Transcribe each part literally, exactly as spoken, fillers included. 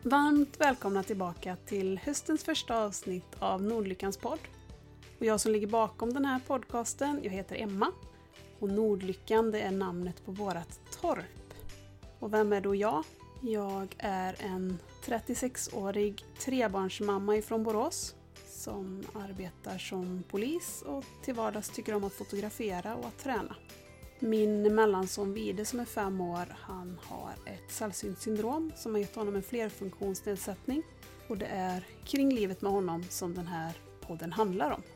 Varmt välkomna tillbaka till höstens första avsnitt av Nordlyckans podd. Och jag som ligger bakom den här podcasten, jag heter Emma. Och Nordlyckan, det är namnet på vårat torp. Och vem är då jag? Jag är en trettiosexårig trebarnsmamma ifrån Borås som arbetar som polis och till vardags tycker om att fotografera och att träna. Min mellanson Vide som är fem år, han har ett sällsynt syndrom som har gett honom en flerfunktionsnedsättning. Och det är kring livet med honom som den här podden handlar om.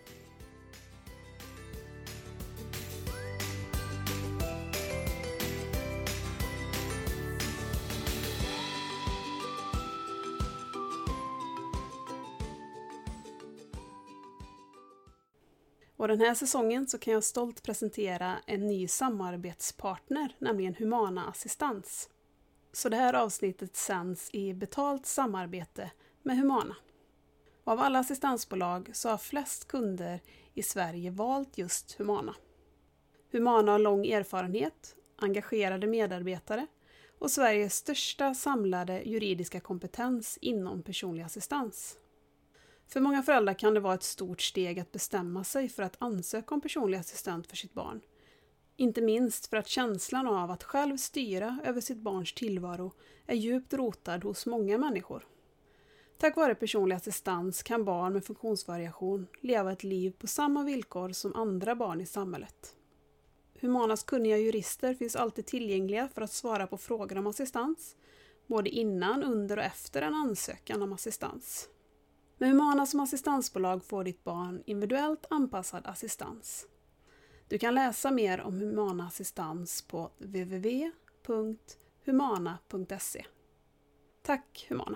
Och den här säsongen så kan jag stolt presentera en ny samarbetspartner, nämligen Humana Assistans. Så det här avsnittet sänds i betalt samarbete med Humana. Och av alla assistansbolag så har flest kunder i Sverige valt just Humana. Humana har lång erfarenhet, engagerade medarbetare och Sveriges största samlade juridiska kompetens inom personlig assistans. För många föräldrar kan det vara ett stort steg att bestämma sig för att ansöka om personlig assistent för sitt barn. Inte minst för att känslan av att själv styra över sitt barns tillvaro är djupt rotad hos många människor. Tack vare personlig assistans kan barn med funktionsvariation leva ett liv på samma villkor som andra barn i samhället. Humanas kunniga jurister finns alltid tillgängliga för att svara på frågor om assistans, både innan, under och efter en ansökan om assistans. Med Humana som assistansbolag får ditt barn individuellt anpassad assistans. Du kan läsa mer om Humana assistans på w w w punkt humana punkt se. Tack Humana!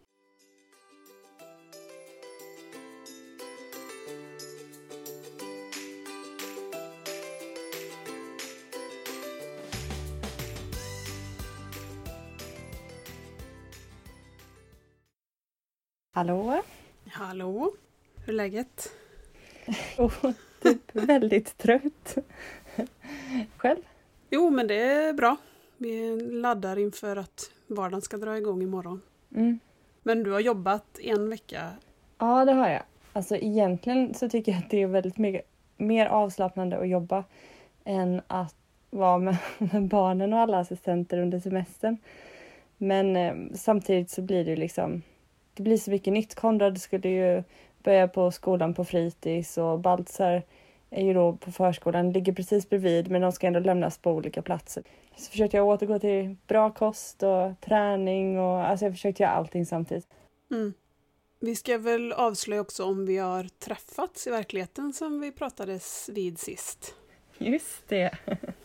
Hallå? Hallå, hur är läget? Oh, typ väldigt trött. Själv? Jo, men det är bra. Vi laddar inför att vardagen ska dra igång imorgon. Mm. Men du har jobbat en vecka. Ja, det har jag. Alltså egentligen så tycker jag att det är väldigt mycket mer avslappnande att jobba än att vara med, med barnen och alla assistenter under semestern. Men eh, samtidigt så blir det liksom... Det blir så mycket nytt. Konrad skulle ju börja på skolan på fritids och Baltzar är ju då på förskolan. Ligger precis bredvid men de ska ändå lämnas på olika platser. Så försökte jag återgå till bra kost och träning och alltså jag försökte göra allting samtidigt. Mm. Vi ska väl avslöja också om vi har träffats i verkligheten som vi pratades vid sist. Just det.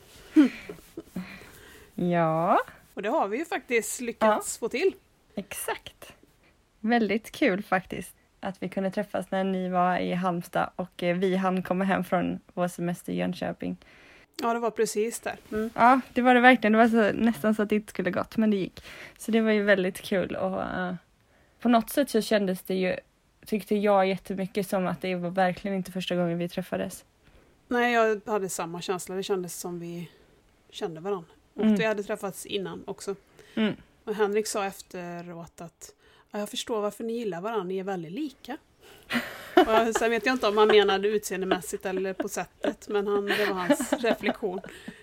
Ja. Och det har vi ju faktiskt lyckats ja. få till. Exakt. Väldigt kul faktiskt att vi kunde träffas när ni var i Halmstad och vi hann komma hem från vår semester i Jönköping. Ja, det var precis där. Mm. Ja, det var det verkligen. Det var så, nästan så att det inte skulle gått, men det gick. Så det var ju väldigt kul och uh, på något sätt så kändes det ju, tyckte jag jättemycket som att det var verkligen inte första gången vi träffades. Nej, jag hade samma känsla. Det kändes som vi kände varandra. Och Mm. vi hade träffats innan också. Mm. Och Henrik sa efteråt att ja, jag förstår varför ni gillar varandra, ni är väldigt lika. Och sen vet jag inte om han menade utseendemässigt eller på sättet, men han, det var hans reflektion.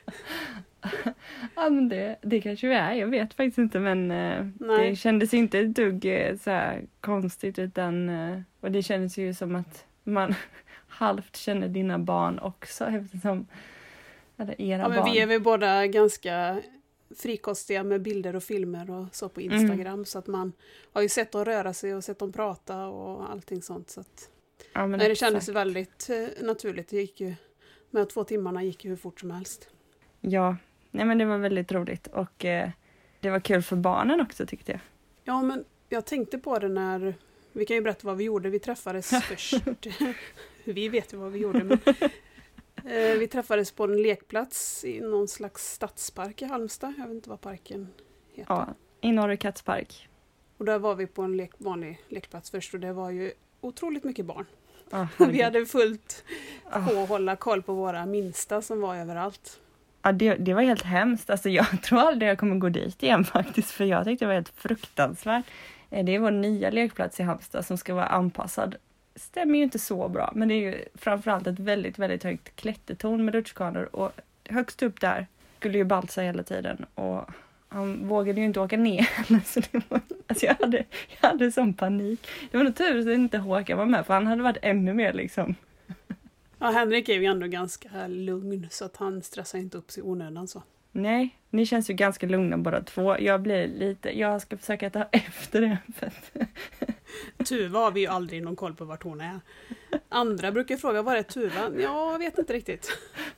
Ja, men det, det kanske vi är, jag vet faktiskt inte, men eh, det kändes inte ett dugg eh, så här konstigt, utan eh, och det kändes ju som att man halvt känner dina barn också, eftersom eller era ja, men barn. Vi är väl båda ganska frikostiga med bilder och filmer och så på Instagram, mm. så att man har ju sett dem röra sig och sett dem prata och allting sånt, så att ja, men nej, det kändes väldigt eh, naturligt. Det gick ju, med två timmarna gick ju hur fort som helst. Ja, nej men det var väldigt roligt och eh, det var kul för barnen också tyckte jag. Ja, men jag tänkte på det när, vi kan ju berätta vad vi gjorde, vi träffades först. Vi vet ju vad vi gjorde, men eh, vi träffades på en lekplats i någon slags stadspark i Halmstad. Jag vet inte vad parken heter. Ja, i Norre Katspark. Och där var vi på en lek, vanlig lekplats först och det var ju otroligt mycket barn. Oh, vi hade fullt på att hålla koll på våra minsta som var överallt. Ja, det, det var helt hemskt. Alltså, jag tror aldrig jag kommer gå dit igen faktiskt, för jag tyckte det var helt fruktansvärt. Det är vår nya lekplats i Halmstad som ska vara anpassad. Stämmer ju inte så bra, men det är ju framförallt ett väldigt, väldigt högt klättertorn med rutschkanor. Och högst upp där skulle ju balsa hela tiden. Och han vågade ju inte åka ner. Så det var, alltså jag, hade, jag hade sån panik. Det var nog tur att inte Håkan var med, för han hade varit ännu mer liksom. Ja, Henrik är ju ändå ganska lugn, så att han stressar inte upp sig onödan så. Nej, ni känns ju ganska lugna båda två. Jag blir lite, jag ska försöka ta efter det. För att... Tuva har vi ju aldrig någon koll på vart hon är. Andra brukar fråga, var är Tuva? Ja, jag vet inte riktigt.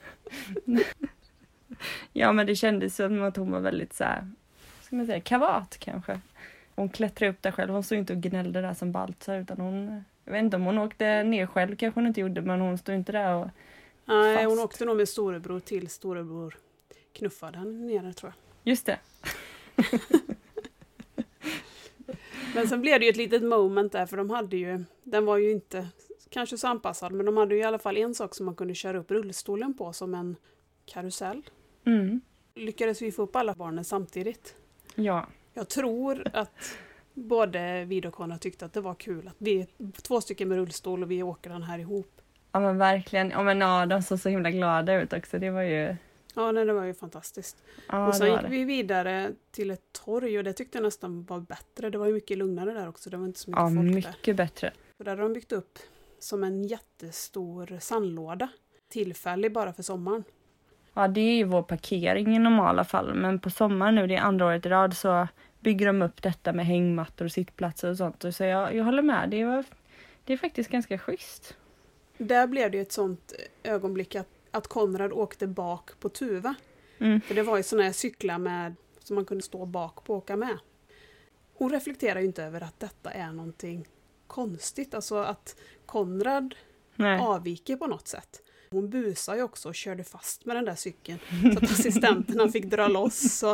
Ja, men det kändes som att hon var väldigt så här, ska man säga, kavat kanske. Hon klättrade upp där själv. Hon stod inte och gnällde där som baltsar, utan hon, jag vet inte om hon åkte ner själv, kanske hon inte gjorde, men hon stod inte där och Nej, fast. Hon åkte nog med storebror till storebror knuffade han nere, tror jag. Just det. Men sen blev det ju ett litet moment där, för de hade ju, den var ju inte kanske så anpassad, men de hade ju i alla fall en sak som man kunde köra upp rullstolen på som en karusell. Mm. Lyckades vi få upp alla barnen samtidigt? Ja. Jag tror att både vi och Conrad tyckte att det var kul att vi är två stycken med rullstol och vi åker den här ihop. Ja, men verkligen. Ja, men ja, de såg så himla glada ut också. Det var ju... Ja, nej, det var ju fantastiskt. Ja, och sen gick det. vi vidare till ett torg och det tyckte jag nästan var bättre. Det var ju mycket lugnare där också. Det var inte så mycket ja, folk där. Ja, mycket bättre. För där har de byggt upp som en jättestor sandlåda. Tillfällig bara för sommaren. Ja, det är ju vår parkering i normala fall. Men på sommaren nu, det är andra året i rad, så bygger de upp detta med hängmattor och sittplatser och sånt. Så jag, jag håller med. Det, var, det är faktiskt ganska schysst. Där blev det ett sånt ögonblick att, att Conrad åkte bak på Tuva. Mm. För det var ju sådana här cyklar med, som man kunde stå bak på och åka med. Hon reflekterar ju inte över att detta är någonting konstigt. Alltså att Conrad Nej. avviker på något sätt. Hon busade ju också och körde fast med den där cykeln. Så att assistenterna fick dra loss. Så...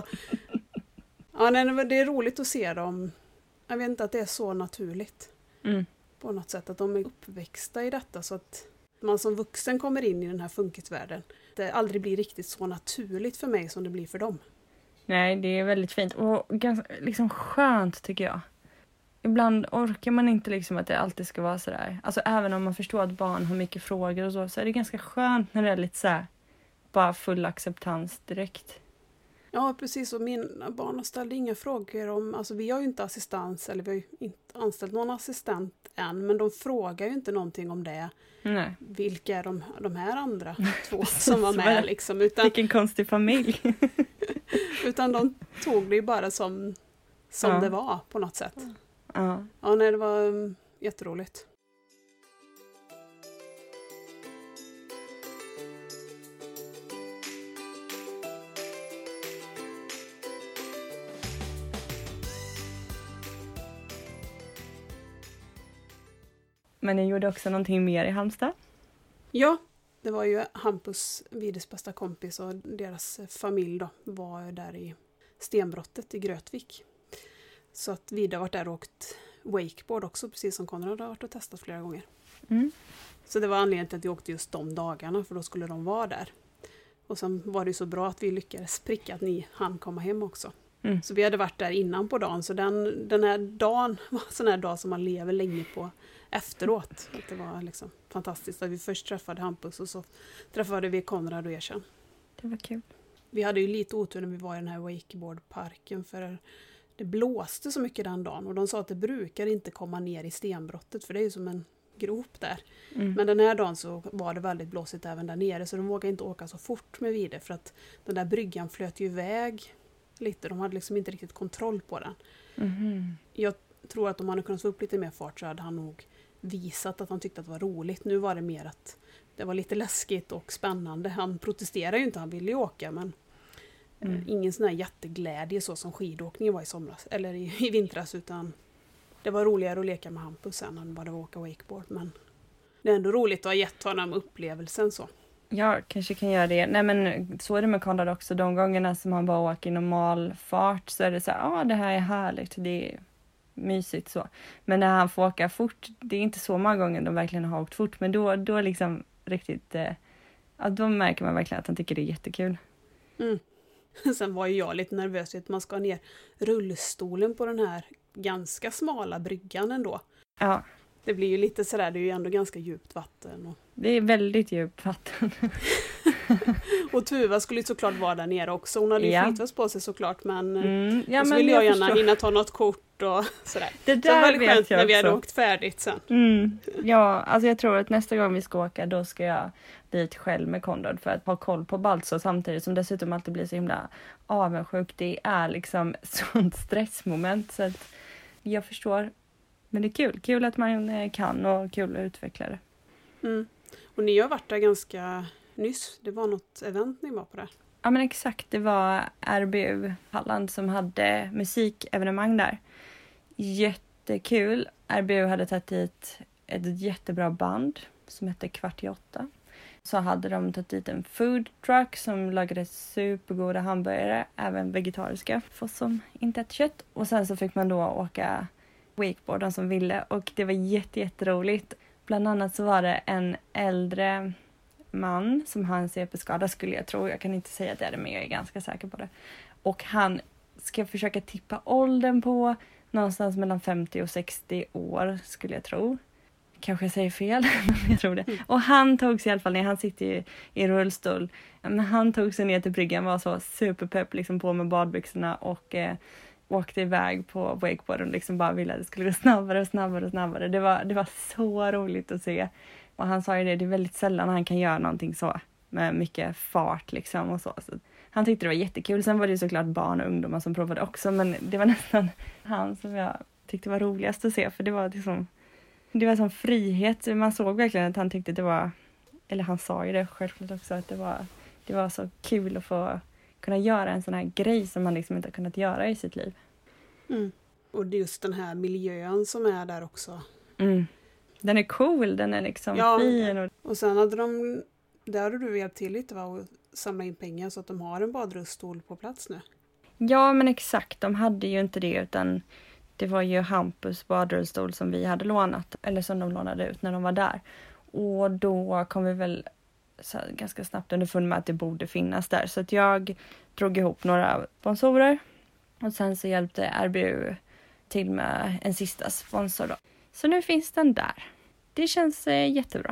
Ja, nej, det är roligt att se dem. Jag vet inte att det är så naturligt. Mm. På något sätt. Att de är uppväxta i detta. Så att man som vuxen kommer in i den här funkisvärlden. Det aldrig blir riktigt så naturligt för mig som det blir för dem. Nej, det är väldigt fint. Och ganska liksom skönt tycker jag. Ibland orkar man inte liksom att det alltid ska vara sådär. Alltså även om man förstår att barn har mycket frågor och så. Så är det ganska skönt när det är lite så här, bara full acceptans direkt. Ja, precis. Och mina barn ställde inga frågor om... Alltså vi har ju inte assistans, eller vi har ju inte anställt någon assistent än. Men de frågar ju inte någonting om det. Nej. Vilka är de, de här andra två som var med liksom. Utan, vilken konstig familj. utan de tog det ju bara som, som ja. det var på något sätt. Ja. Ja, nej, det var um, jätteroligt. Men ni gjorde också någonting mer i Halmstad? Ja, det var ju Hampus, Vides bästa kompis, och deras familj då var där i stenbrottet i Grötvik. Så att Vida har varit där och åkt wakeboard också, precis som Conrad har varit och testat flera gånger. Mm. Så det var anledningen till att vi åkte just de dagarna, för då skulle de vara där. Och sen var det ju så bra att vi lyckades pricka att ni hann komma hem också. Mm. Så vi hade varit där innan på dagen, så den, den här dagen var en sån här dag som man lever länge på efteråt. Att det var liksom fantastiskt att vi först träffade Hampus och så träffade vi Conrad och Erkänn. Det var kul. Vi hade ju lite otur när vi var i den här wakeboardparken, för det blåste så mycket den dagen. Och de sa att det brukar inte komma ner i stenbrottet, för det är ju som en grop där. Mm. Men den här dagen så var det väldigt blåsigt även där nere, så de vågade inte åka så fort med Vide, för att den där bryggan flöt ju iväg lite. De hade liksom inte riktigt kontroll på den. Mm. Jag tror att om han hade kunnat få upp lite mer fart så hade han nog visat att han tyckte att det var roligt. Nu var det mer att det var lite läskigt och spännande. Han protesterade ju inte, han ville ju åka, men mm. ingen sån här jätteglädje så som skidåkningen var i somras, eller i, i vintras, utan det var roligare att leka med Hampus sen än bara att åka wakeboard. Men det är ändå roligt att ha gett honom upplevelsen så. Ja, kanske kan göra det. Nej, men så är det med Conrad också. De gångerna som han bara åker i normal fart så är det så här, ja ah, det här är härligt, det är mysigt så. Men när han får åka fort, det är inte så många gånger de verkligen har åkt fort, men då, då liksom riktigt, eh, ja, då märker man verkligen att han tycker det är jättekul. Mm. Sen var ju jag lite nervös att man ska ner rullstolen på den här ganska smala bryggan ändå. Ja. Det blir ju lite sådär, det är ju ändå ganska djupt vatten. Och... Det är väldigt djupt vatten. och Tuva skulle ju såklart vara där nere också. Hon hade ju ja. flytväst på sig såklart, men mm. ja, så men ville jag, jag förstår. gärna hinna ta något kort och sådär. Det där så det var väldigt skönt när vi hade också. åkt färdigt sen. Mm. Ja, alltså jag tror att nästa gång vi ska åka, då ska jag dit själv med Konrad för att ha koll på Baltzar, samtidigt som dessutom alltid blir så himla avundsjuk. Det är liksom sånt stressmoment, så att jag förstår. Men det är kul. Kul att man kan och kul att utveckla det. Mm. Och ni har varit där ganska nyss. Det var något event ni var på där. Ja, men exakt. Det var R B U Halland som hade musikevenemang där. Jättekul. R B U hade tagit dit ett jättebra band som hette Kvart i åtta. Så hade de tagit dit en food truck som lagade supergoda hamburgare, även vegetariska för oss som inte äter kött. Och sen så fick man då åka wakeboard, de som ville, och det var jätte, jätteroligt. Bland annat så var det en äldre man som har en C P-skada, skulle jag tro. Jag kan inte säga att det är det, men jag är ganska säker på det. Och han ska försöka tippa åldern på någonstans mellan femtio och sextio år, skulle jag tro. Kanske jag säger fel, men jag tror det. Mm. Och han tog sig i alla fall ner, han sitter ju i rullstol. Men han tog sig ner till bryggan, var så superpepp, liksom på med badbyxorna och eh, åkte iväg på wakeboarden och liksom bara ville att det skulle gå snabbare och snabbare och snabbare. Det var, det var så roligt att se. Och han sa ju det, det är väldigt sällan han kan göra någonting så med mycket fart liksom och så. så han tyckte det var jättekul. Sen var det ju såklart barn och ungdomar som provade också, men det var nästan han som jag tyckte var roligast att se, för det var liksom, det var som frihet. Man såg verkligen att han tyckte det var, eller han sa ju det självklart också, att det var, det var så kul att få kunna göra en sån här grej som man liksom inte har kunnat göra i sitt liv. Mm. Och det är just den här miljön som är där också. Mm. Den är cool, den är liksom ja, fin. Och... och sen hade de, där hade du hjälpt till lite, va, och samla in pengar så att de har en badrullstol på plats nu. Ja, men exakt. De hade ju inte det, utan det var ju Hampus badrullstol som vi hade lånat, eller som de lånade ut när de var där. Och då kom vi väl så här, ganska snabbt underfund med att det borde finnas där. Så att jag drog ihop några sponsorer och sen så hjälpte R B U till med en sista sponsor då. Så nu finns den där. Det känns eh, jättebra.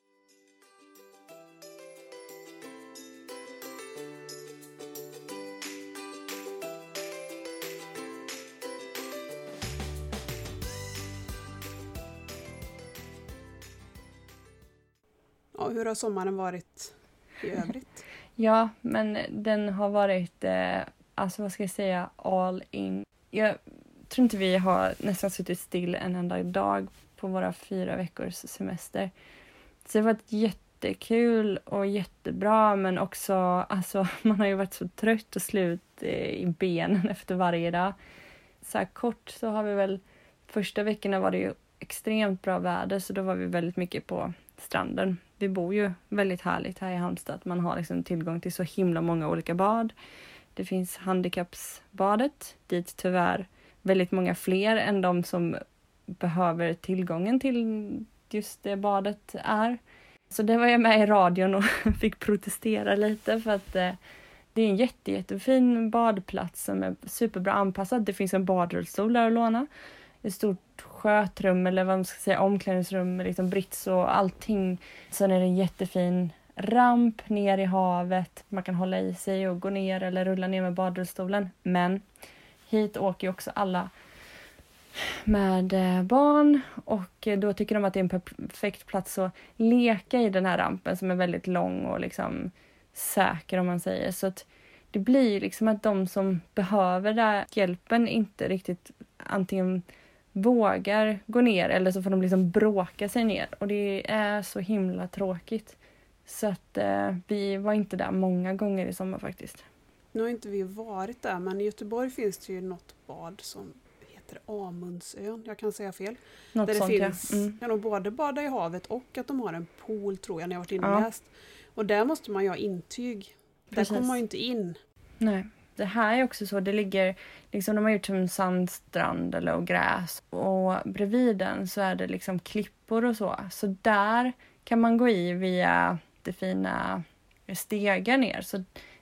Ja, hur har sommaren varit i övrigt? Ja, men den har varit, eh, alltså vad ska jag säga, all in. Jag tror inte vi har nästan suttit still en enda dag på våra fyra veckors semester. Så det har varit jättekul och jättebra, men också, alltså man har ju varit så trött och slut i benen efter varje dag. Så här kort så har vi väl, första veckorna var det ju extremt bra väder, så då var vi väldigt mycket på stranden. Vi bor ju väldigt härligt här i Halmstad. Man har liksom tillgång till så himla många olika bad. Det finns handikappsbadet, dit tyvärr väldigt många fler än de som behöver tillgången till just det badet är. Så det var jag med i radion och fick protestera lite, för att eh, det är en jätte, jättefin badplats som är superbra anpassad. Det finns en badrullstol där att låna. Ett stort skötrum, eller vad man ska säga, omklädningsrum med liksom brits och allting. Sen är det en jättefin ramp ner i havet. Man kan hålla i sig och gå ner eller rulla ner med badrullstolen. Men hit åker ju också alla med barn, och då tycker de att det är en perfekt plats att leka i den här rampen som är väldigt lång och liksom säker, om man säger. Så att det blir liksom att de som behöver den hjälpen inte riktigt antingen vågar gå ner, eller så får de liksom bråka sig ner, och det är så himla tråkigt. Så att eh, vi var inte där många gånger i sommar faktiskt. Nu har inte vi varit där, men i Göteborg finns det ju något bad som heter Amundsön, jag kan säga fel. Något där det sånt, finns, ja. Mm. kan de både bada i havet och att de har en pool, tror jag, när jag varit inne och Ja. läst. Och där måste man ju ha intyg. Där Precis. kommer man ju inte in. Nej. Det här är också så, det ligger, liksom de har gjort som en sandstrand eller och gräs, och bredvid den så är det liksom klippor och så. Så där kan man gå i via det fina stegar ner. Så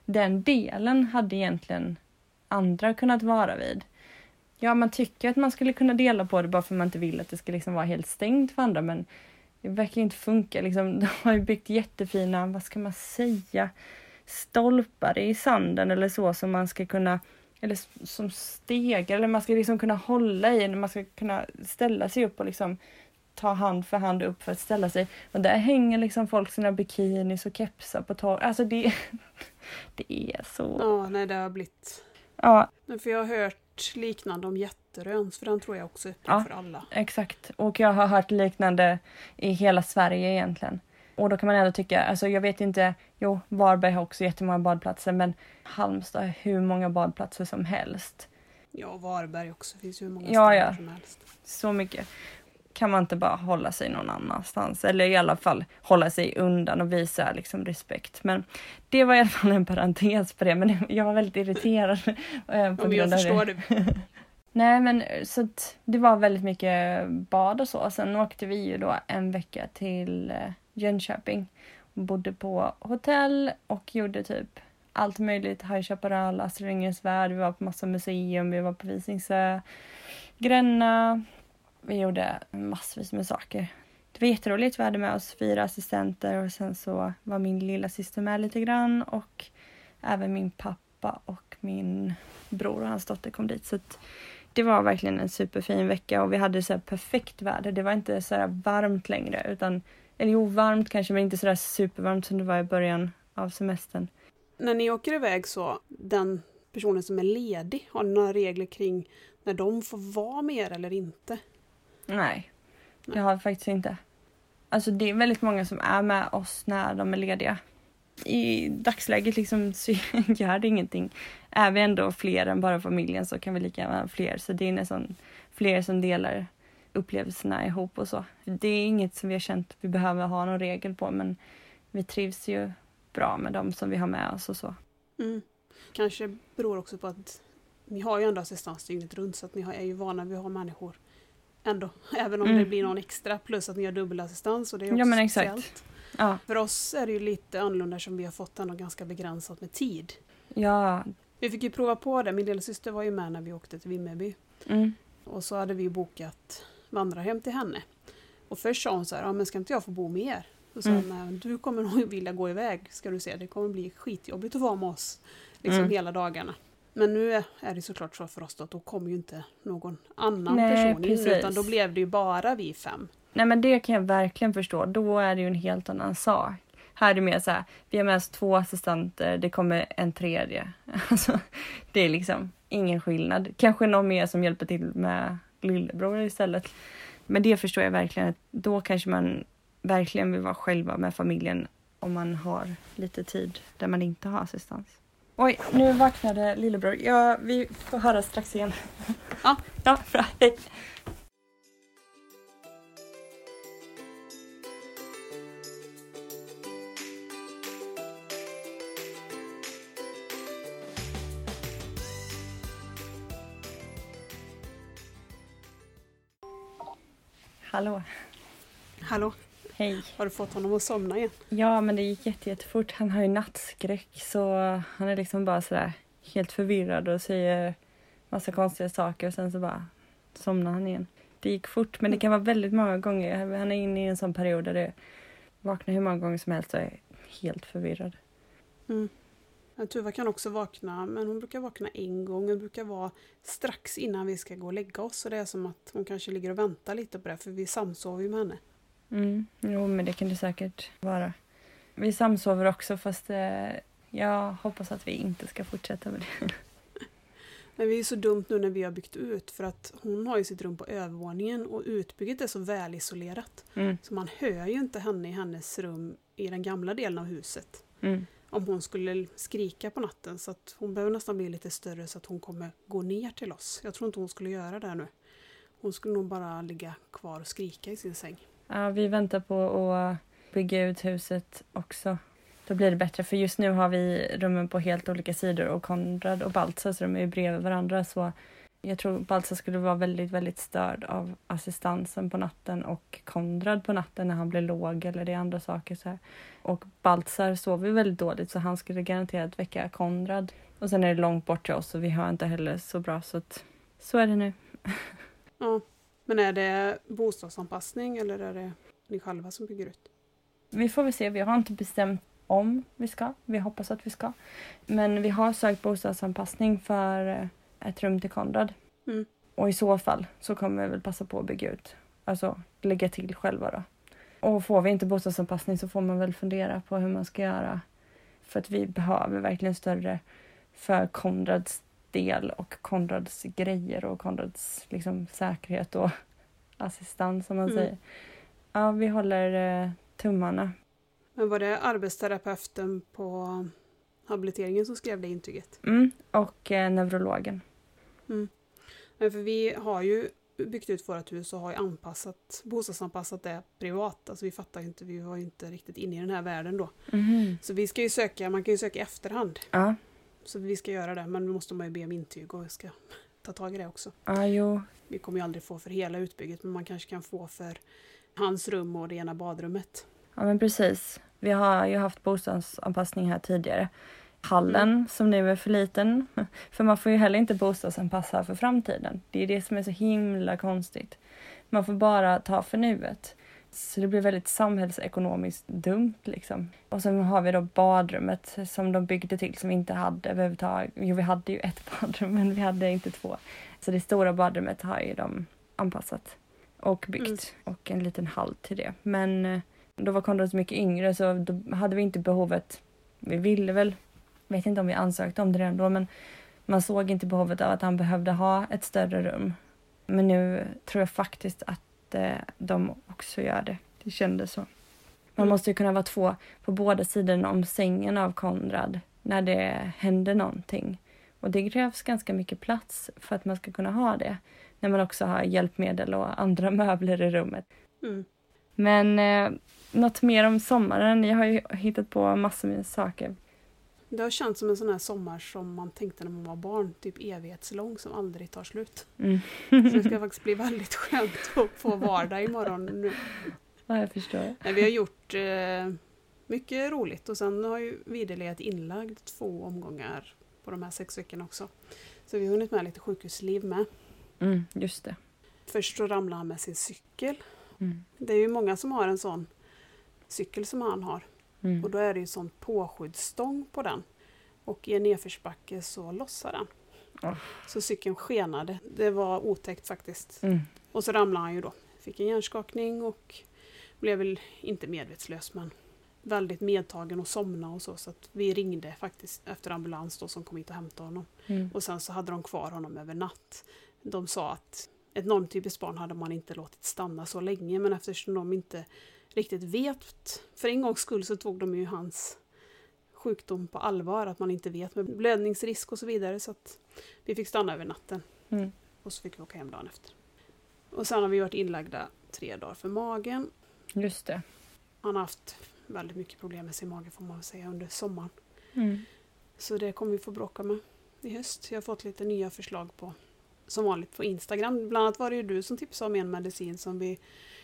den delen hade egentligen andra kunnat vara vid. Ja, man tycker att man skulle kunna dela på det bara för man inte vill att det ska liksom vara helt stängt för andra, men det verkar inte funka. Liksom, de har ju byggt jättefina, vad ska man säga, stolpar i sanden eller så som man ska kunna, eller som stegar, eller man ska liksom kunna hålla i, man ska kunna ställa sig upp och liksom ta hand för hand upp för att ställa sig. Och där hänger liksom folk sina bikinis och kepsar på torg. Alltså det, det är så... Ja, nej, det har blivit... Ja. För jag har hört liknande om Jätteröns, för den tror jag också är öppen Ja, för alla. Exakt. Och jag har hört liknande i hela Sverige egentligen. Och då kan man ändå tycka, alltså jag vet inte, jo, Varberg har också jättemånga badplatser, men Halmstad har hur många badplatser som helst. Ja, Varberg också, finns ju hur många ja, ställen ja. som helst. Så mycket. Kan man inte bara hålla sig någon annanstans, eller i alla fall hålla sig undan och visa liksom respekt. Men det var i alla fall en parentes på det, men jag var väldigt irriterad på Om jag grund av förstår det. det. Nej, men så att det var väldigt mycket bad och så. Sen åkte vi ju då en vecka till Jönköping och bodde på hotell och gjorde typ allt möjligt. High Chaparral, Astrid Lindgrens Värld, vi var på massa museum, vi var på Visingsö, Gränna. Vi gjorde massvis med saker. Det var jätteroligt. Vi hade med oss fyra assistenter och sen så var min lilla syster med lite grann och även min pappa och min bror och hans dotter kom dit. Så att det var verkligen en superfin vecka och vi hade så här perfekt väder. Det var inte så här varmt längre utan, eller jo, varmt kanske, men inte så där supervarmt som det var i början av semestern. När ni åker iväg så, den personen som är ledig, har ni några regler kring när de får vara med er eller inte? Nej, det har jag faktiskt inte. Alltså det är väldigt många som är med oss när de är lediga. I dagsläget liksom så gör det ingenting. Är vi ändå fler än bara familjen så kan vi lika gärna vara fler. Så det är nästan fler som delar upplevelserna ihop och så. Det är inget som vi har känt att vi behöver ha någon regel på, men vi trivs ju bra med dem som vi har med oss och så. Mm. Kanske beror också på att ni har ju ändå assistans dygnet runt, så att ni är ju vana vid att ha människor ändå, även om mm. det blir någon extra, plus att ni har dubbelassistans och det är också ja, men exakt. speciellt. Ja. För oss är det ju lite annorlunda som vi har fått ändå ganska begränsat med tid. Ja. Vi fick ju prova på det, min lilla syster var ju med när vi åkte till Vimmerby. Mm. Och så hade vi bokat vandrarhem till henne. Och först sa hon så här, ja men ska inte jag få bo med er? Och så sa Mm. hon, du kommer nog vilja gå iväg, ska du se, det kommer bli skitjobbigt att vara med oss liksom Mm. hela dagarna. Men nu är det såklart så för oss då, att då kommer ju inte någon annan Nej, person in, precis. utan då blev det ju bara vi fem. Nej, men det kan jag verkligen förstå. Då är det ju en helt annan sak. Här är det mer så här, vi har med oss två assistenter, det kommer en tredje. Alltså, det är liksom ingen skillnad. Kanske någon mer som hjälper till med lillebror istället. Men det förstår jag verkligen. Att då kanske man verkligen vill vara själva med familjen om man har lite tid där man inte har assistans. Oj, nu vaknade lillebror. Ja, vi får höra strax igen. Ja, ja, bra. Hej. Hallå. Hallå. Hej. Har du fått honom att somna igen? Ja, men det gick jätte, jättefort. Han har ju nattskräck, så han är liksom bara sådär helt förvirrad och säger massa konstiga saker och sen så bara somnar han igen. Det gick fort, men det kan vara väldigt många gånger. Han är inne i en sån period där det vaknar hur många gånger som helst och är helt förvirrad. Mm. Tuva kan också vakna, men hon brukar vakna en gång. Det brukar vara strax innan vi ska gå och lägga oss. Så det är som att hon kanske ligger och väntar lite på det, för vi samsover ju med henne. Mm. Jo, men det kan det säkert vara. Vi samsover också, fast eh, jag hoppas att vi inte ska fortsätta med det. Men vi är så dumt nu när vi har byggt ut, för att hon har ju sitt rum på övervåningen och utbygget är så välisolerat. Mm. Så man hör ju inte henne i hennes rum i den gamla delen av huset. Mm. Om hon skulle skrika på natten, så att hon behöver nästan bli lite större så att hon kommer gå ner till oss. Jag tror inte hon skulle göra det nu. Hon skulle nog bara ligga kvar och skrika i sin säng. Ja, vi väntar på att bygga ut huset också. Då blir det bättre, för just nu har vi rummen på helt olika sidor och Konrad och Baltzars rum är bredvid varandra, så Jag tror Baltzar skulle vara väldigt, väldigt störd av assistansen på natten och Konrad på natten när han blir låg eller det är andra saker. Så här. Och Baltzar sover väldigt dåligt så han skulle garanterat väcka Konrad. Och sen är det långt bort till oss och vi har inte heller så bra så att så är det nu. Ja, men är det bostadsanpassning eller är det ni själva som bygger ut? Vi får väl se, vi har inte bestämt om vi ska. Vi hoppas att vi ska. Men vi har sökt bostadsanpassning för ett rum till Konrad. Mm. Och i så fall så kommer vi väl passa på att bygga ut. Alltså lägga till själva då. Och får vi inte bostadsanpassning så får man väl fundera på hur man ska göra. För att vi behöver verkligen större för Konrads del och Konrads grejer och Konrads liksom, säkerhet och assistans som man Mm. säger. Ja, vi håller eh, tummarna. Men var det arbetsterapeuten på habiliteringen som skrev det intyget? Mm, och eh, neurologen. Mm. Nej, för vi har ju byggt ut vårt hus och har ju anpassat, bostadsanpassat det privat. Alltså vi fattar ju inte, vi var ju inte riktigt inne i den här världen då. Mm. Så vi ska ju söka, man kan ju söka i efterhand. Ja. Så vi ska göra det, men då måste man ju be om intyg och ska ta tag i det också. Ja, jo. Vi kommer ju aldrig få för hela utbygget, men man kanske kan få för hans rum och det ena badrummet. Ja, men precis. Vi har ju haft bostadsanpassning här tidigare. Hallen Mm. som nu är för liten. För man får ju heller inte bostadsanpassa för framtiden. Det är det som är så himla konstigt. Man får bara ta för nuet. Så det blir väldigt samhällsekonomiskt dumt liksom. Och sen har vi då badrummet som de byggde till som vi inte hade överhuvudtaget. Jo, vi hade ju ett badrum men vi hade inte två. Så det stora badrummet har ju de anpassat och byggt. Mm. Och en liten hall till det. Men då var Konrad så mycket yngre så då hade vi inte behovet. Vi ville väl, vet inte om vi ansökte om det redan då, men man såg inte behovet av att han behövde ha ett större rum. Men nu tror jag faktiskt att eh, de också gör det. Det kändes så. Man Mm. måste ju kunna vara två på båda sidorna om sängen av Konrad när det händer någonting. Och det krävs ganska mycket plats för att man ska kunna ha det. När man också har hjälpmedel och andra möbler i rummet. Mm. Men eh, något mer om sommaren. Ni har ju hittat på massor med saker. Det har känts som en sån här sommar som man tänkte när man var barn. Typ evighetslång som aldrig tar slut. Mm. Så det ska faktiskt bli väldigt skönt att få vardag imorgon nu. Ja, jag förstår. Nej, vi har gjort eh, mycket roligt och sen har ju Videlegat inlagd två omgångar på de här sex veckorna också. Så vi har hunnit med lite sjukhusliv med. Mm, just det. Först så ramlade han med sin cykel. Mm. Det är ju många som har en sån cykel som han har. Mm. Och då är det ju sån påskyddsstång på den. Och i en nedförsbacke så lossar den. Oh. Så cykeln skenade. Det var otäckt faktiskt. Mm. Och så ramlade han ju då. Fick en hjärnskakning och blev väl inte medvetslös men väldigt medtagen och somna och så. Så att vi ringde faktiskt efter ambulans då som kom hit och hämtade honom. Mm. Och sen så hade de kvar honom över natt. De sa att ett normtypiskt barn hade man inte låtit stanna så länge. Men eftersom de inte riktigt vet, för en gångs skull så tog de ju hans sjukdom på allvar. Att man inte vet med blödningsrisk och så vidare. Så att vi fick stanna över natten. Mm. Och så fick vi åka hem dagen efter. Och sen har vi varit inlagda tre dagar för magen. Just det. Han har haft väldigt mycket problem med sin mage får man säga under sommaren. Mm. Så det kommer vi få bråka med i höst. Jag har fått lite nya förslag på, som vanligt på Instagram. Bland annat var det ju du som tipsade om en medicin som vi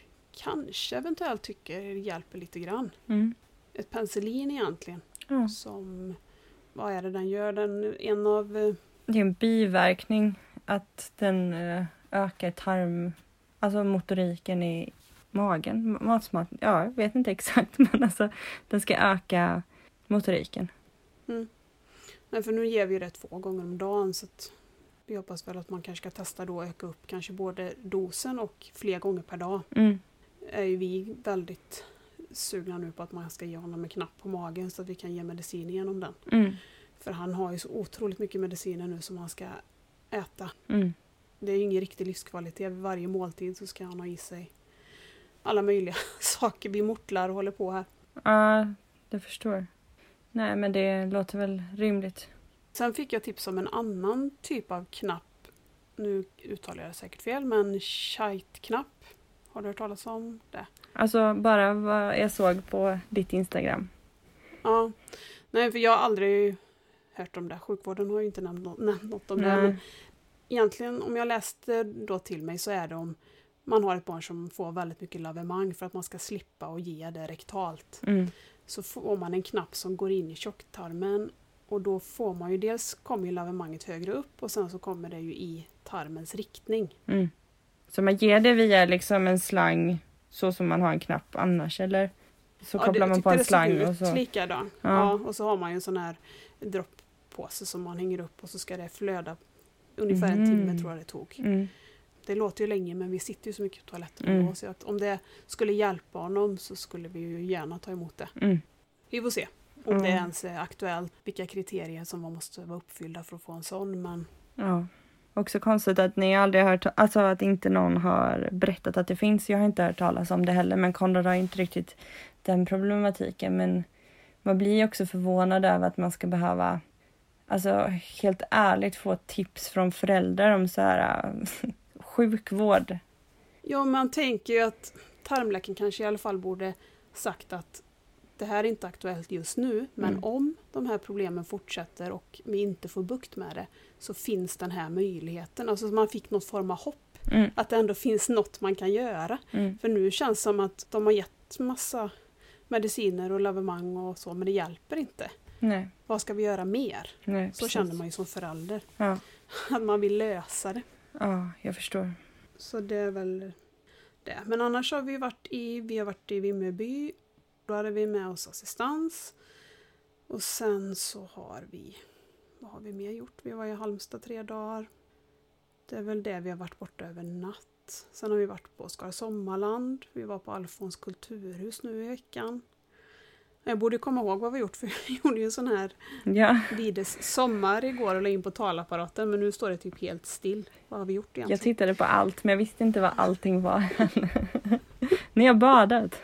kanske eventuellt tycker hjälper lite grann. Mm. Ett penicillin egentligen. Ja. Som, vad är det den gör? Den, en av... eh, Det är en biverkning att den eh, ökar tarm, alltså motoriken i magen. Matsmart, ja, jag vet inte exakt men alltså den ska öka motoriken. Mm. Nej, för nu ger vi det två gånger om dagen så att vi hoppas väl att man kanske ska testa då öka upp kanske både dosen och fler gånger per dag. Mm. Är ju vi väldigt sugna nu på att man ska ge honom en knapp på magen så att vi kan ge medicin genom den. Mm. För han har ju så otroligt mycket mediciner nu som han ska äta. Mm. Det är ju ingen riktig livskvalitet. Vid varje måltid så ska han ha i sig alla möjliga saker. Vi mortlar och håller på här. Ja, det förstår. Nej, men det låter väl rimligt. Sen fick jag tips om en annan typ av knapp. Nu uttalar jag det säkert fel, men Shite-knapp. Har du hört talas om det? Alltså bara vad jag såg på ditt Instagram. Ja, nej för jag har aldrig hört om det. Sjukvården har ju inte nämnt, no- nämnt något om det. Men egentligen om jag läste då till mig så är det om man har ett barn som får väldigt mycket lavemang för att man ska slippa och ge det rektalt. Mm. Så får man en knapp som går in i tjocktarmen och då får man ju dels kommer ju lavemanget högre upp och sen så kommer det ju i tarmens riktning. Mm. Så man ger det via liksom en slang så som man har en knapp annars eller så Ja, kopplar det, man på en slang det och så. Likadan. Ja. Ja, och så har man ju en sån här dropppåse som man hänger upp och så ska det flöda ungefär en Mm. timme tror jag det tog. Mm. Det låter ju länge men vi sitter ju så mycket på toaletten Mm. då, så att om det skulle hjälpa honom så skulle vi ju gärna ta emot det. Mm. Vi får se om Mm. det ens är aktuellt, vilka kriterier som man måste vara uppfyllda för att få en sån. Men Ja. Också konstigt att ni aldrig har hört, alltså att inte någon har berättat att det finns. Jag har inte hört talas om det heller, men Konrad har inte riktigt den problematiken. Men man blir också förvånad över att man ska behöva, alltså helt ärligt få tips från föräldrar om så här sjukvård. ja, man tänker ju att tarmläkaren kanske i alla fall borde sagt att det här är inte aktuellt just nu, men Mm. om de här problemen fortsätter och vi inte får bukt med det så finns den här möjligheten. Alltså man fick något form av hopp, Mm. att det ändå finns något man kan göra. Mm. För nu känns det som att de har gett massa mediciner och lavemang och så, men det hjälper inte. Nej, Vad ska vi göra mer? nej, Så precis. känner man ju som förälder. Ja. Att man vill lösa det. Ja, jag förstår. Så det är väl det. Men annars har vi varit i, vi har varit i Vimmerby. Då hade vi med oss assistans. Och sen så har vi, vad har vi mer gjort? Vi var i Halmstad tre dagar. Det är väl det vi har varit borta över natt. Sen har vi varit på Skara Sommarland. Vi var på Alfons kulturhus nu i veckan. Jag borde komma ihåg vad vi gjort, för jag gjorde ju en sån här Ja, Vides sommar igår och la in på talapparaten, men nu står det typ helt still. Vad har vi gjort egentligen? jag tittade på allt, men jag visste inte vad allting var. Ni har badat.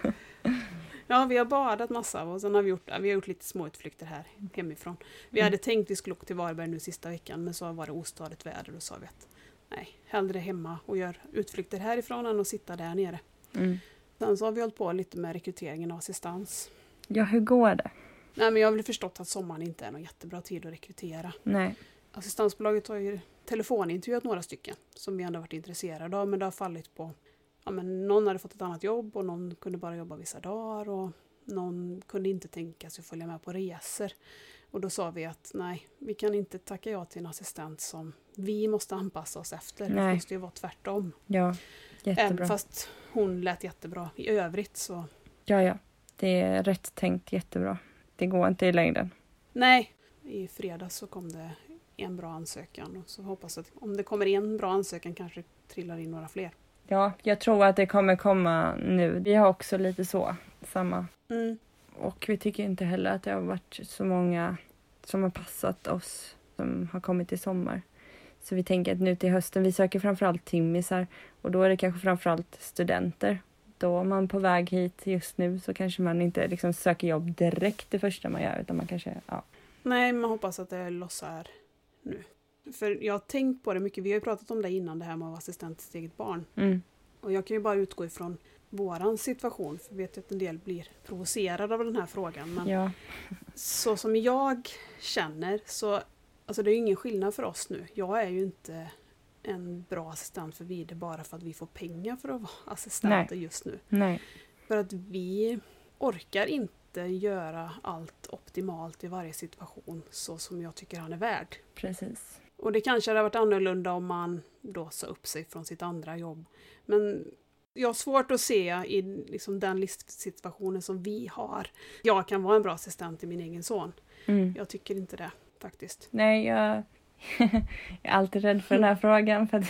Ja, vi har badat massa och sen har vi gjort, vi har gjort lite små utflykter här hemifrån. Vi Mm. hade tänkt vi skulle åka till Varberg nu sista veckan, men så var det ostadigt väder och sa vi att nej, hellre hemma och gör utflykter härifrån än att sitta där nere. Mm. Sen så har vi hållit på lite med rekryteringen av assistans. Ja, hur går det? Nej, men jag har väl förstått att sommaren inte är någon jättebra tid att rekrytera. Nej. Assistansbolaget har ju telefonintervjuat några stycken som vi ändå varit intresserade av, men det har fallit på, ja, men någon hade fått ett annat jobb och någon kunde bara jobba vissa dagar och någon kunde inte tänka sig att följa med på resor. Och då sa vi att nej, vi kan inte tacka ja till en assistent som vi måste anpassa oss efter. Nej. Det måste ju vara tvärtom. Ja, Även jättebra. fast hon lät jättebra. I övrigt så, Ja, ja. Det är rätt tänkt, jättebra. Det går inte i längden. nej. I fredags så kom det en bra ansökan och så hoppas att om det kommer en bra ansökan kanske trillar in några fler. Ja, jag tror att det kommer komma nu. Vi har också lite så, samma. Mm. Och vi tycker inte heller att det har varit så många som har passat oss som har kommit i sommar. Så vi tänker att nu till hösten, vi söker framförallt timmisar och då är det kanske framförallt studenter. Då är man på väg hit just nu så kanske man inte liksom söker jobb direkt det första man gör utan man kanske, ja. Nej, man hoppas att det lossar nu. För jag har tänkt på det mycket, vi har ju pratat om det innan, det här med att vara assistent till sitt eget barn. Mm. Och jag kan ju bara utgå ifrån våran situation, för jag vet att en del blir provocerade av den här frågan. Men Ja. så som jag känner så, alltså det är ju ingen skillnad för oss nu. Jag är ju inte en bra assistent för Vide bara för att vi får pengar för att vara assistenter just nu. Nej. För att vi orkar inte göra allt optimalt i varje situation så som jag tycker han är värd. Precis. Och det kanske hade varit annorlunda om man då sa upp sig från sitt andra jobb. Men jag har svårt att se i liksom den livssituationen som vi har. Jag kan vara en bra assistent till min egen son. Mm. Jag tycker inte det faktiskt. Nej, jag, jag är alltid rädd för den här frågan. För att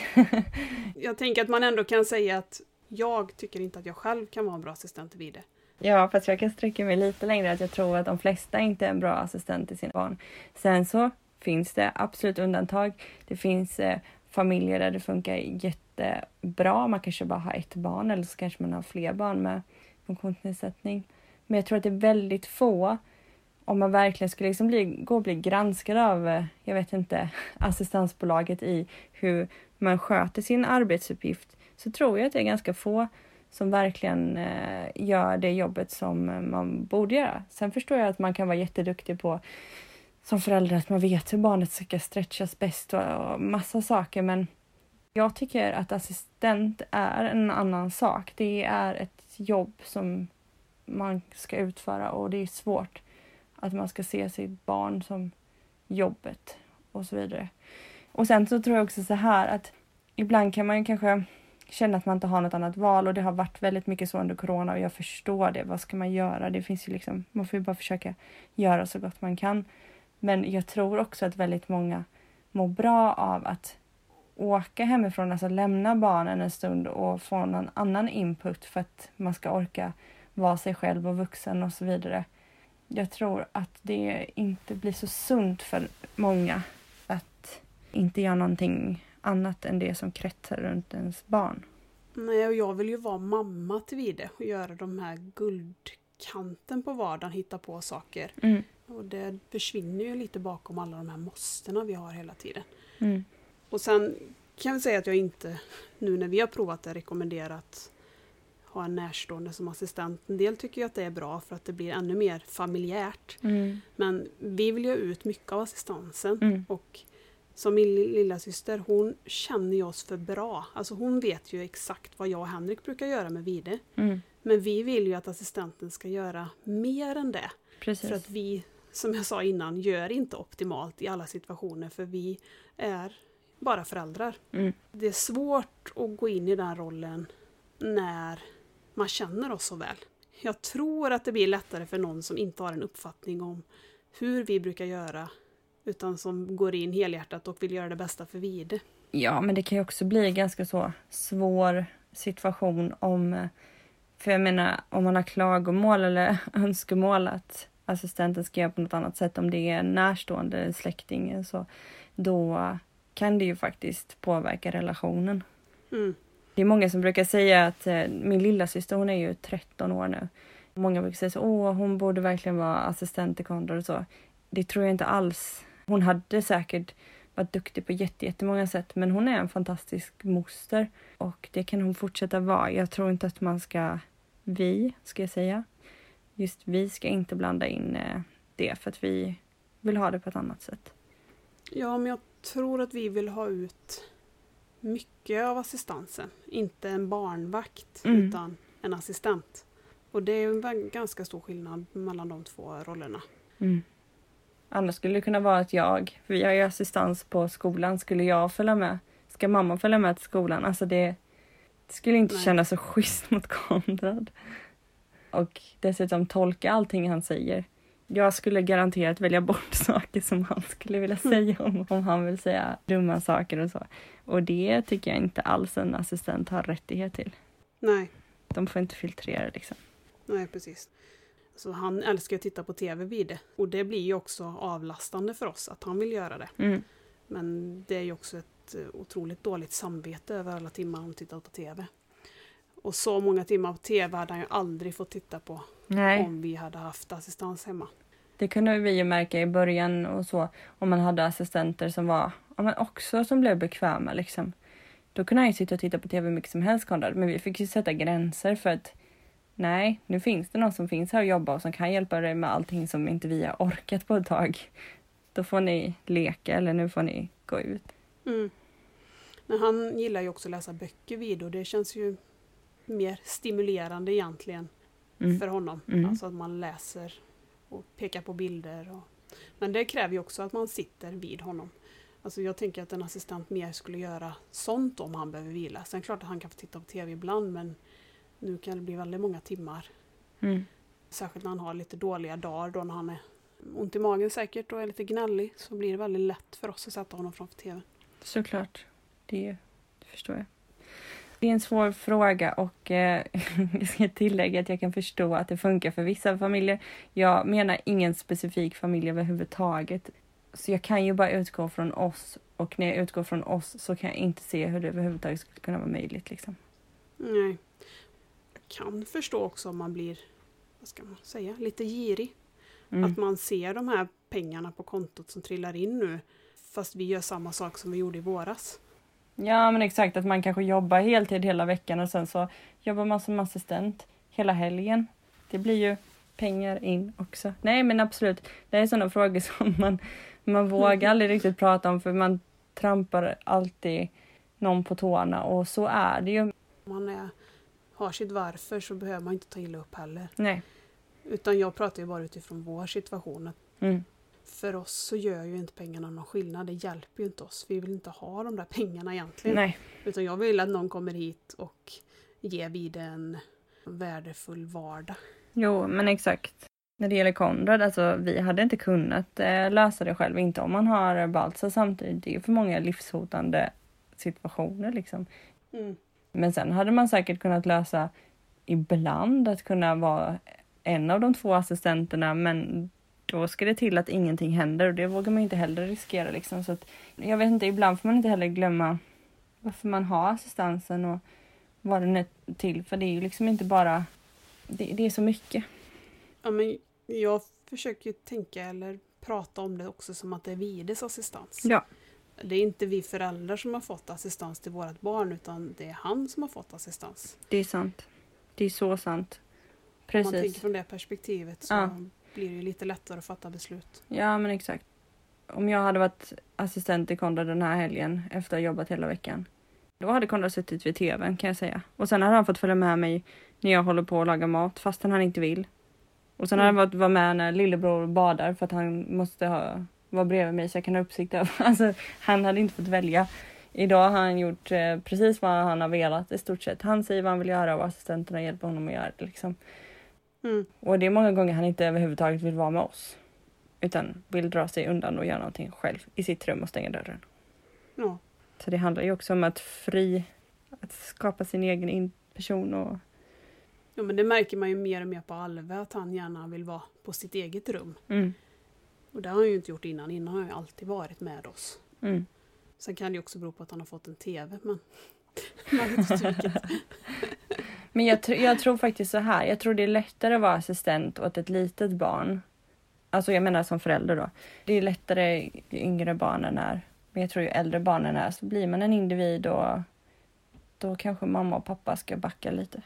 Jag tänker att man ändå kan säga att jag tycker inte att jag själv kan vara en bra assistent vid det. Ja, fast jag kan sträcka mig lite längre att jag tror att de flesta inte är en bra assistent till sina barn. Sen så finns det absolut undantag. Det finns eh, familjer där det funkar jättebra. Man kanske bara har ett barn eller så kanske man har fler barn med funktionsnedsättning. Men jag tror att det är väldigt få, om man verkligen skulle liksom bli, gå och bli granskad av, eh, jag vet inte, assistansbolaget i hur man sköter sin arbetsuppgift, så tror jag att det är ganska få som verkligen eh, gör det jobbet som man borde göra. Sen förstår jag att man kan vara jätteduktig på som förälder att man vet hur barnet ska stretchas bäst och, och massa saker. Men jag tycker att assistent är en annan sak. Det är ett jobb som man ska utföra och det är svårt att man ska se sitt barn som jobbet och så vidare. Och sen så tror jag också så här att ibland kan man ju kanske känna att man inte har något annat val och det har varit väldigt mycket så under corona och jag förstår det. Vad ska man göra? Det finns ju liksom, man får ju bara försöka göra så gott man kan. Men jag tror också att väldigt många mår bra av att åka hemifrån, alltså lämna barnen en stund och få någon annan input för att man ska orka vara sig själv och vuxen och så vidare. Jag tror att det inte blir så sunt för många att inte göra någonting annat än det som kretsar runt ens barn. Nej, och jag vill ju vara mamma till Vide och göra de här guldkanten på vardagen, hitta på saker. Mm. Och det försvinner ju lite bakom alla de här måstena vi har hela tiden. Mm. Och sen kan jag säga att jag inte, nu när vi har provat det, rekommenderat ha en närstående som assistent. En del tycker ju att det är bra för att det blir ännu mer familjärt. Mm. Men vi vill ju ut mycket av assistansen. Mm. Och som min lilla syster, hon känner ju oss för bra. Alltså hon vet ju exakt vad jag och Henrik brukar göra med Vide. Mm. Men vi vill ju att assistenten ska göra mer än det. Precis. För att vi, som jag sa innan, gör inte optimalt i alla situationer. För vi är bara föräldrar. Mm. Det är svårt att gå in i den rollen när man känner oss så väl. Jag tror att det blir lättare för någon som inte har en uppfattning om hur vi brukar göra, utan som går in helhjärtat och vill göra det bästa för Vide. Ja, men det kan ju också bli en ganska så svår situation om, för jag menar, om man har klagomål eller önskemål att assistenten ska göra på något annat sätt, om det är närstående släkting, så då kan det ju faktiskt påverka relationen. Mm. Det är många som brukar säga att eh, min lilla syster, hon är ju tretton år nu. Många brukar säga så, åh, hon borde verkligen vara assistent till Konrad och så. Det tror jag inte alls. Hon hade säkert varit duktig på jätte, jättemånga sätt, men hon är en fantastisk moster och det kan hon fortsätta vara. Jag tror inte att man ska, vi ska jag säga, just vi ska inte blanda in eh, det för att vi vill ha det på ett annat sätt. Ja, men jag tror att vi vill ha ut mycket av assistansen. Inte en barnvakt mm. utan en assistent. Och det är en ganska stor skillnad mellan de två rollerna. Mm. Annars skulle det kunna vara att jag, för vi har ju assistans på skolan, skulle jag följa med? Ska mamma följa med till skolan? Alltså det, det skulle inte Nej. kännas så schysst mot Konrad. Och dessutom tolka allting han säger. Jag skulle garanterat välja bort saker som han skulle vilja säga om, om han vill säga dumma saker och så. Och det tycker jag inte alls en assistent har rättighet till. Nej. De får inte filtrera liksom. Nej, precis. Så han älskar att titta på tv vid det. Och det blir ju också avlastande för oss att han vill göra det. Mm. Men det är ju också ett otroligt dåligt samvete över alla timmar han tittar på tv. Och så många timmar på tv hade han ju aldrig fått titta på. Nej. Om vi hade haft assistans hemma. Det kunde vi ju märka i början och så. Om man hade assistenter som var, ja, men också som blev bekväma liksom. Då kunde han ju sitta och titta på tv mycket som helst, Konrad. Men vi fick ju sätta gränser för att nej, nu finns det någon som finns här och jobbar och som kan hjälpa dig med allting som inte vi har orkat på ett tag. Då får ni leka eller nu får ni gå ut. Mm. Men han gillar ju också att läsa böcker vid och det känns ju mer stimulerande egentligen mm. för honom. Mm. Alltså att man läser och pekar på bilder. Och... Men det kräver ju också att man sitter vid honom. Alltså jag tänker att en assistent mer skulle göra sånt om han behöver vila. Sen klart att han kan få titta på tv ibland, men nu kan det bli väldigt många timmar. Mm. Särskilt när han har lite dåliga dagar, då när han är ont i magen säkert och är lite gnällig, så blir det väldigt lätt för oss att sätta honom framför tv. Såklart, det, det förstår jag. Det är en svår fråga och eh, jag ska tillägga att jag kan förstå att det funkar för vissa familjer. Jag menar ingen specifik familj överhuvudtaget. Så jag kan ju bara utgå från oss, och när jag utgår från oss så kan jag inte se hur det överhuvudtaget skulle kunna vara möjligt liksom. Nej. Jag kan förstå också om man blir, vad ska man säga, lite girig. Mm. Att man ser de här pengarna på kontot som trillar in nu, fast vi gör samma sak som vi gjorde i våras. Ja, men exakt, att man kanske jobbar heltid hela veckan och sen så jobbar man som assistent hela helgen. Det blir ju pengar in också. Nej, men absolut. Det är sådana frågor som man, man vågar aldrig riktigt prata om, för man trampar alltid någon på tårna, och så är det ju. Om man är, har sitt varför så behöver man inte ta illa upp heller. Nej. Utan jag pratar ju bara utifrån vår situation. Mm. För oss så gör ju inte pengarna någon skillnad. Det hjälper ju inte oss. Vi vill inte ha de där pengarna egentligen. Nej. Utan jag vill att någon kommer hit och ger vid en värdefull vardag. Jo, men exakt. När det gäller Konrad, alltså vi hade inte kunnat eh, lösa det själv. Inte om man har Balsa samtidigt. Det är ju för många livshotande situationer liksom. Mm. Men sen hade man säkert kunnat lösa ibland att kunna vara en av de två assistenterna, men då ska det till att ingenting händer, och det vågar man inte heller riskera liksom. Så att, jag vet inte, ibland får man inte heller glömma varför man har assistansen och vad den är till, för det är ju liksom inte bara, det, det är så mycket. Ja, men jag försöker tänka eller prata om det också som att det är Vides assistans. Ja. Det är inte vi föräldrar som har fått assistans till vårt barn, utan det är han som har fått assistans. Det är sant. Det är så sant. Precis. Om man tänker från det perspektivet så Ja. blir det ju lite lättare att fatta beslut. Ja, men exakt. Om jag hade varit assistent i Konrad den här helgen efter att ha jobbat hela veckan, då hade Konrad suttit vid tvn, kan jag säga. Och sen hade han fått följa med mig när jag håller på att laga mat, fastän han inte vill. Och sen Mm. hade han fått vara med när lillebror badar, för att han måste ha, vara bredvid mig så jag kan ha uppsikt över. Alltså, han hade inte fått välja. Idag har han gjort eh, precis vad han har velat i stort sett. Han säger vad han vill göra och assistenterna hjälper honom att göra det liksom. Mm. Och det är många gånger han inte överhuvudtaget vill vara med oss. Utan vill dra sig undan och göra någonting själv i sitt rum och stänga dörren. Ja. Så det handlar ju också om att fri, att skapa sin egen in- person. Och... Ja, men det märker man ju mer och mer på Alve, att han gärna vill vara på sitt eget rum. Mm. Och det har han ju inte gjort innan. Innan har han ju alltid varit med oss. Mm. Sen kan det ju också bero på att han har fått en tv, men man vet inte vilket. Men jag, tr- jag tror faktiskt så här. Jag tror det är lättare att vara assistent åt ett litet barn. Alltså jag menar som förälder då. Det är lättare ju yngre barnen är. Men jag tror ju äldre barnen är, så blir man en individ, och då kanske mamma och pappa ska backa lite.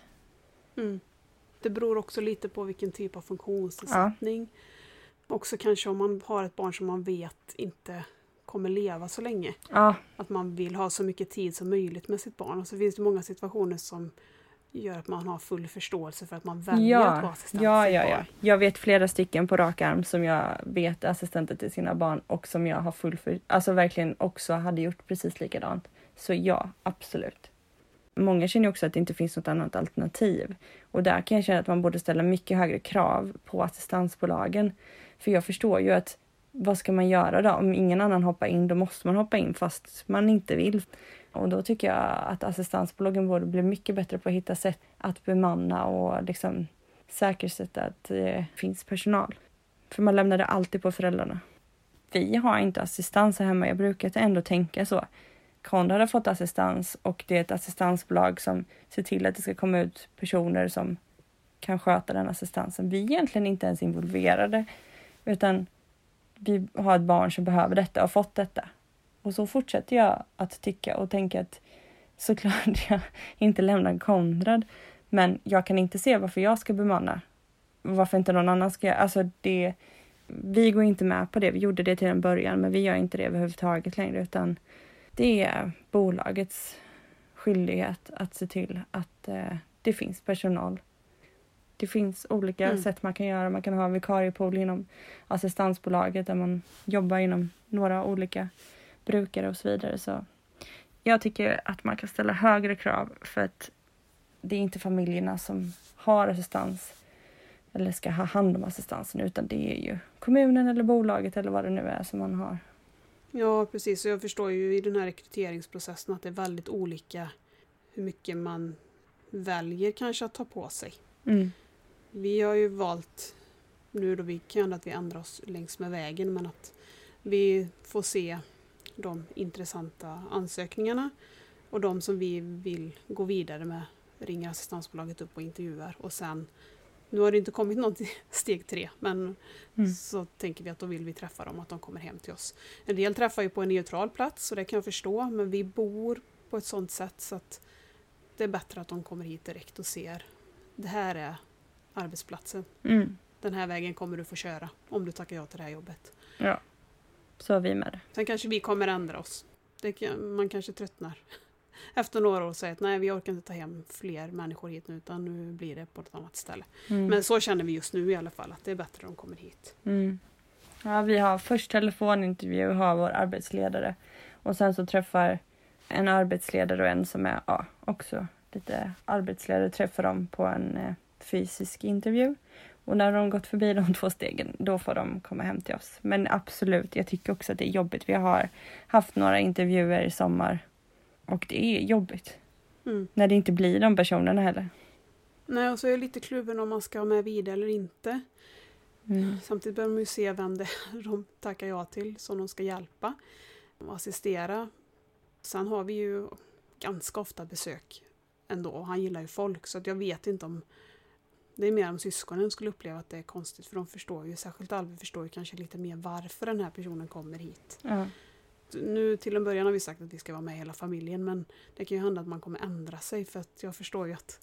Mm. Det beror också lite på vilken typ av funktionsnedsättning. Ja. Också kanske om man har ett barn som man vet inte kommer leva så länge. Ja. Att man vill ha så mycket tid som möjligt med sitt barn. Och så finns det många situationer som gör att man har full förståelse för att man väljer Ja, att vara assistent ja, till sitt ja, barn. ja. Jag vet flera stycken på rak arm som jag vet är assistenter till sina barn, och som jag har full för, alltså verkligen också hade gjort precis likadant. Så ja, absolut. Många känner också att det inte finns något annat alternativ. Och där kan jag känna att man borde ställa mycket högre krav på assistansbolagen. För jag förstår ju att vad ska man göra då? Om ingen annan hoppar in, då måste man hoppa in fast man inte vill. Och då tycker jag att assistansbolagen borde bli mycket bättre på att hitta sätt att bemanna och liksom säkerställa att det finns personal. För man lämnar det alltid på föräldrarna. Vi har inte assistans här hemma. Jag brukar ändå tänka så. Konrad har fått assistans, och det är ett assistansbolag som ser till att det ska komma ut personer som kan sköta den assistansen. Vi är egentligen inte ens involverade, utan vi har ett barn som behöver detta och har fått detta. Och så fortsätter jag att tycka och tänka att såklart jag inte lämnar Konrad, men jag kan inte se varför jag ska bemanna. Varför inte någon annan ska. Alltså det, vi går inte med på det. Vi gjorde det till en början, men vi gör inte det överhuvudtaget längre, utan det är bolagets skyldighet att se till att eh, det finns personal. Det finns olika Mm. sätt man kan göra. Man kan ha vikariepool inom assistansbolaget där man jobbar inom några olika brukare och så vidare. Så jag tycker att man kan ställa högre krav, för att det är inte familjerna som har assistans eller ska ha hand om assistansen, utan det är ju kommunen eller bolaget eller vad det nu är som man har. Ja, precis. Och jag förstår ju i den här rekryteringsprocessen att det är väldigt olika hur mycket man väljer kanske att ta på sig. Mm. Vi har ju valt, nu då vi kan att vi ändrar oss längs med vägen, men att vi får se de intressanta ansökningarna, och de som vi vill gå vidare med ringer assistansbolaget upp och intervjuar, och sen, nu har det inte kommit något steg tre, men Mm. så tänker vi att då vill vi träffa dem, att de kommer hem till oss. En del träffar ju på en neutral plats, och det kan jag förstå, men vi bor på ett sånt sätt så att det är bättre att de kommer hit direkt och ser, det här är arbetsplatsen. Mm. den här vägen kommer du få köra om du tackar ja till det här jobbet. Ja, så är vi med det. Sen kanske vi kommer ändra oss. Det kan, man kanske tröttnar efter några år och säger att nej, vi orkar inte ta hem fler människor hit nu, utan nu blir det på ett annat ställe. Mm. Men så känner vi just nu i alla fall, att det är bättre att de kommer hit. Mm. Ja, vi har först telefonintervju och har vår arbetsledare. Och sen så träffar en arbetsledare och en som är ja, också lite arbetsledare träffar dem på en eh, fysisk intervju. Och när de gått förbi de två stegen, då får de komma hem till oss. Men absolut, jag tycker också att det är jobbigt. Vi har haft några intervjuer i sommar. Och det är jobbigt. Mm. När det inte blir de personerna heller. Nej, och så är jag lite kluven om man ska ha med vidare eller inte. Mm. Samtidigt behöver man ju se vem det är de tackar ja till som de ska hjälpa och assistera. Sen har vi ju ganska ofta besök ändå. Och han gillar ju folk, så att jag vet inte om det är mer om syskonen skulle uppleva att det är konstigt, för de förstår ju, särskilt Alve förstår ju kanske lite mer varför den här personen kommer hit. Ja. Nu till en början har vi sagt att vi ska vara med hela familjen, men det kan ju hända att man kommer ändra sig, för att jag förstår ju att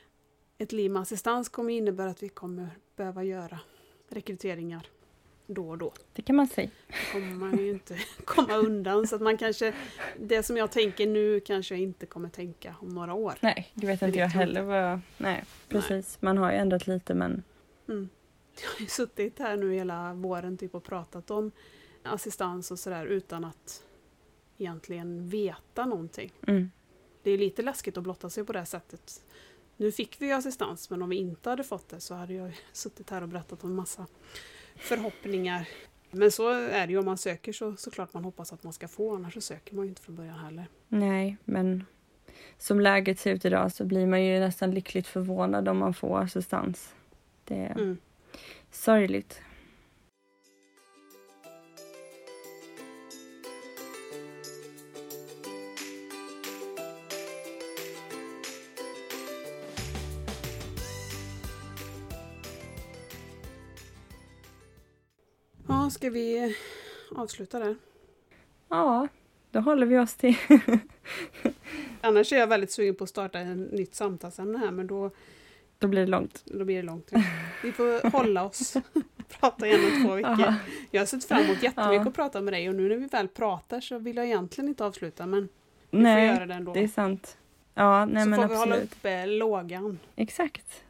ett liv med assistans kommer innebära att vi kommer behöva göra rekryteringar då och då. Det kan man säga. Det kommer man ju inte komma undan, så att man kanske, det som jag tänker nu kanske jag inte kommer tänka om några år. Nej, det vet det inte jag heller. Vad... Nej, precis. Nej. Man har ju ändrat lite, men... Mm. Jag har ju suttit här nu hela våren typ och pratat om assistans och sådär utan att egentligen veta någonting. Mm. Det är lite läskigt att blotta sig på det här sättet. Nu fick vi ju assistans, men om vi inte hade fått det så hade jag suttit här och berättat om massa förhoppningar. Men så är det ju, om man söker så såklart man hoppas att man ska få, annars så söker man ju inte från början heller. Nej, men som läget ser ut idag så blir man ju nästan lyckligt förvånad om man får assistans. Det är mm. sorgligt. Ja, ska vi avsluta där? Ja, då håller vi oss till. Annars är jag väldigt sugen på att starta ett nytt samtalsämne här, men då... Då blir det långt. Då blir det långt. Ja. Vi får hålla oss. Prata igen om två veckor. Aha. Jag har sett fram emot jättemycket ja. att prata med dig, och nu när vi väl pratar så vill jag egentligen inte avsluta, men vi nej, får göra det ändå. Det är sant. Ja, nej, så men får vi absolut. hålla uppe lågan. Exakt.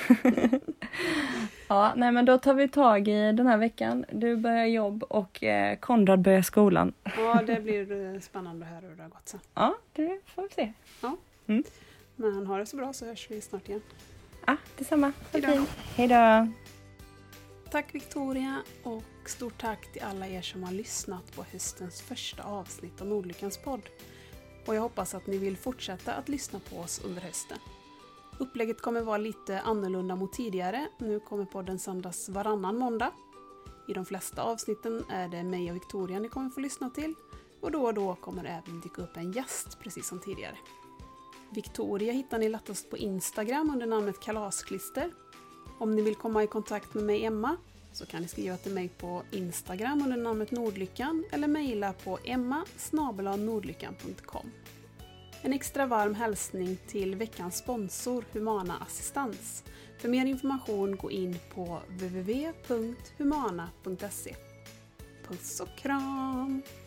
Ja, nej men då tar vi tag i den här veckan. Du börjar jobb och eh, Konrad börjar skolan. Ja, det blir spännande att höra hur det har gått sen. Ja, det får vi se. Ja. Mm. Men ha det så bra, så hörs vi snart igen. Ja, detsamma. Hejdå. Hejdå. Tack Victoria, och stort tack till alla er som har lyssnat på höstens första avsnitt av Nordlyckans podd. Och jag hoppas att ni vill fortsätta att lyssna på oss under hösten. Upplägget kommer vara lite annorlunda mot tidigare. Nu kommer podden sändas varannan måndag. I de flesta avsnitten är det mig och Victoria ni kommer få lyssna till. Och då och då kommer det även dyka upp en gäst, precis som tidigare. Victoria hittar ni lättast på Instagram under namnet Kalasklister. Om ni vill komma i kontakt med mig, Emma, så kan ni skriva till mig på Instagram under namnet Nordlyckan eller mejla på emma snabel-a nordlyckan punkt com. En extra varm hälsning till veckans sponsor Humana Assistans. För mer information gå in på w w w punkt humana punkt se. Puss och kram!